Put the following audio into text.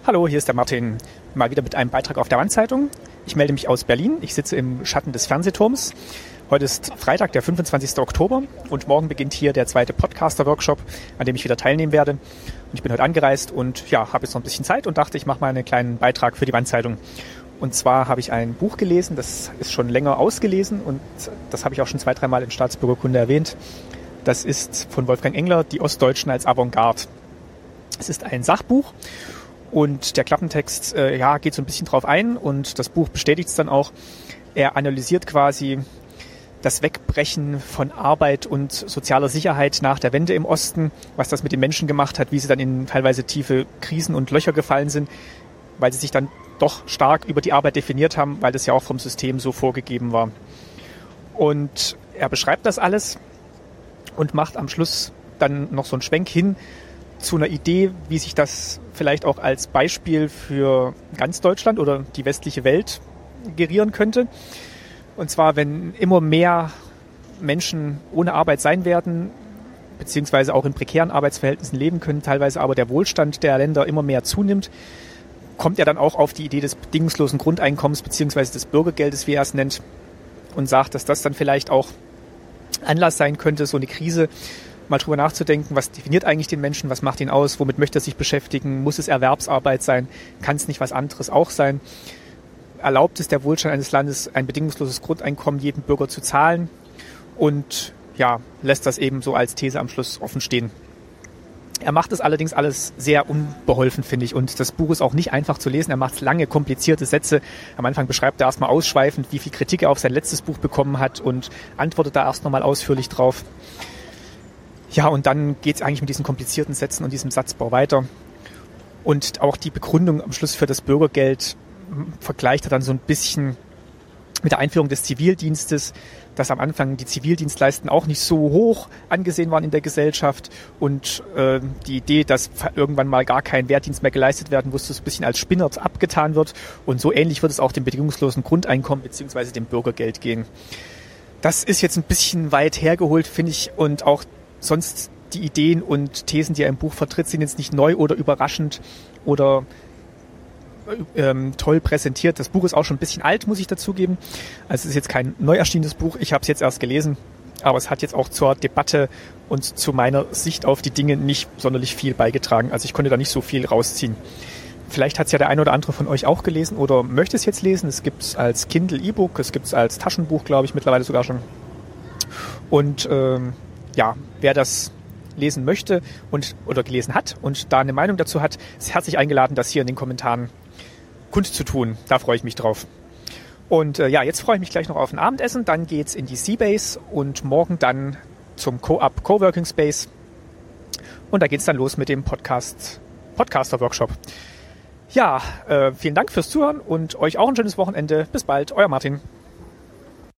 Hallo, hier ist der Martin, mal wieder mit einem Beitrag auf der Wandzeitung. Ich melde mich aus Berlin, ich sitze im Schatten des Fernsehturms. Heute ist Freitag, der 25. Oktober und morgen beginnt hier der zweite Podcaster-Workshop, an dem ich wieder teilnehmen werde. Und ich bin heute angereist und habe jetzt noch ein bisschen Zeit und dachte, ich mache mal einen kleinen Beitrag für die Wandzeitung. Und zwar habe ich ein Buch gelesen, das ist schon länger ausgelesen und das habe ich auch schon 2-3 Mal in Staatsbürgerkunde erwähnt. Das ist von Wolfgang Engler, Die Ostdeutschen als Avantgarde. Es ist ein Sachbuch und der Klappentext geht so ein bisschen drauf ein und das Buch bestätigt es dann auch. Er analysiert quasi das Wegbrechen von Arbeit und sozialer Sicherheit nach der Wende im Osten, was das mit den Menschen gemacht hat, wie sie dann in teilweise tiefe Krisen und Löcher gefallen sind, weil sie sich dann doch stark über die Arbeit definiert haben, weil das ja auch vom System so vorgegeben war. Und er beschreibt das alles und macht am Schluss dann noch so einen Schwenk hin zu einer Idee, wie sich das vielleicht auch als Beispiel für ganz Deutschland oder die westliche Welt gerieren könnte. Und zwar, wenn immer mehr Menschen ohne Arbeit sein werden, beziehungsweise auch in prekären Arbeitsverhältnissen leben können, teilweise aber der Wohlstand der Länder immer mehr zunimmt, kommt er dann auch auf die Idee des bedingungslosen Grundeinkommens beziehungsweise des Bürgergeldes, wie er es nennt, und sagt, dass das dann vielleicht auch Anlass sein könnte, so eine Krise mal drüber nachzudenken, was definiert eigentlich den Menschen, was macht ihn aus, womit möchte er sich beschäftigen, muss es Erwerbsarbeit sein, kann es nicht was anderes auch sein, erlaubt es der Wohlstand eines Landes, ein bedingungsloses Grundeinkommen jedem Bürger zu zahlen und lässt das eben so als These am Schluss offen stehen. Er macht es allerdings alles sehr unbeholfen, finde ich, und das Buch ist auch nicht einfach zu lesen. Er macht lange, komplizierte Sätze. Am Anfang beschreibt er erstmal ausschweifend, wie viel Kritik er auf sein letztes Buch bekommen hat und antwortet da erst nochmal ausführlich drauf. Ja, und dann geht es eigentlich mit diesen komplizierten Sätzen und diesem Satzbau weiter. Und auch die Begründung am Schluss für das Bürgergeld vergleicht er dann so ein bisschen mit der Einführung des Zivildienstes, dass am Anfang die Zivildienstleisten auch nicht so hoch angesehen waren in der Gesellschaft und die Idee, dass irgendwann mal gar kein Wehrdienst mehr geleistet werden musste, so ein bisschen als Spinner abgetan wird. Und so ähnlich wird es auch dem bedingungslosen Grundeinkommen bzw. dem Bürgergeld gehen. Das ist jetzt ein bisschen weit hergeholt, finde ich, und auch sonst die Ideen und Thesen, die er im Buch vertritt, sind jetzt nicht neu oder überraschend oder toll präsentiert. Das Buch ist auch schon ein bisschen alt, muss ich dazugeben. Also es ist jetzt kein neu erschienenes Buch. Ich habe es jetzt erst gelesen, aber es hat jetzt auch zur Debatte und zu meiner Sicht auf die Dinge nicht sonderlich viel beigetragen. Also ich konnte da nicht so viel rausziehen. Vielleicht hat es ja der eine oder andere von euch auch gelesen oder möchte es jetzt lesen. Es gibt es als Kindle E-Book, es gibt es als Taschenbuch, glaube ich, mittlerweile sogar schon. Und wer das lesen möchte oder gelesen hat und da eine Meinung dazu hat, ist herzlich eingeladen, das hier in den Kommentaren kundzutun. Da freue ich mich drauf. Und jetzt freue ich mich gleich noch auf ein Abendessen. Dann geht's in die Seabase und morgen dann zum Co-op Coworking Space. Und da geht's dann los mit dem Podcaster-Workshop. Ja, vielen Dank fürs Zuhören und euch auch ein schönes Wochenende. Bis bald, euer Martin.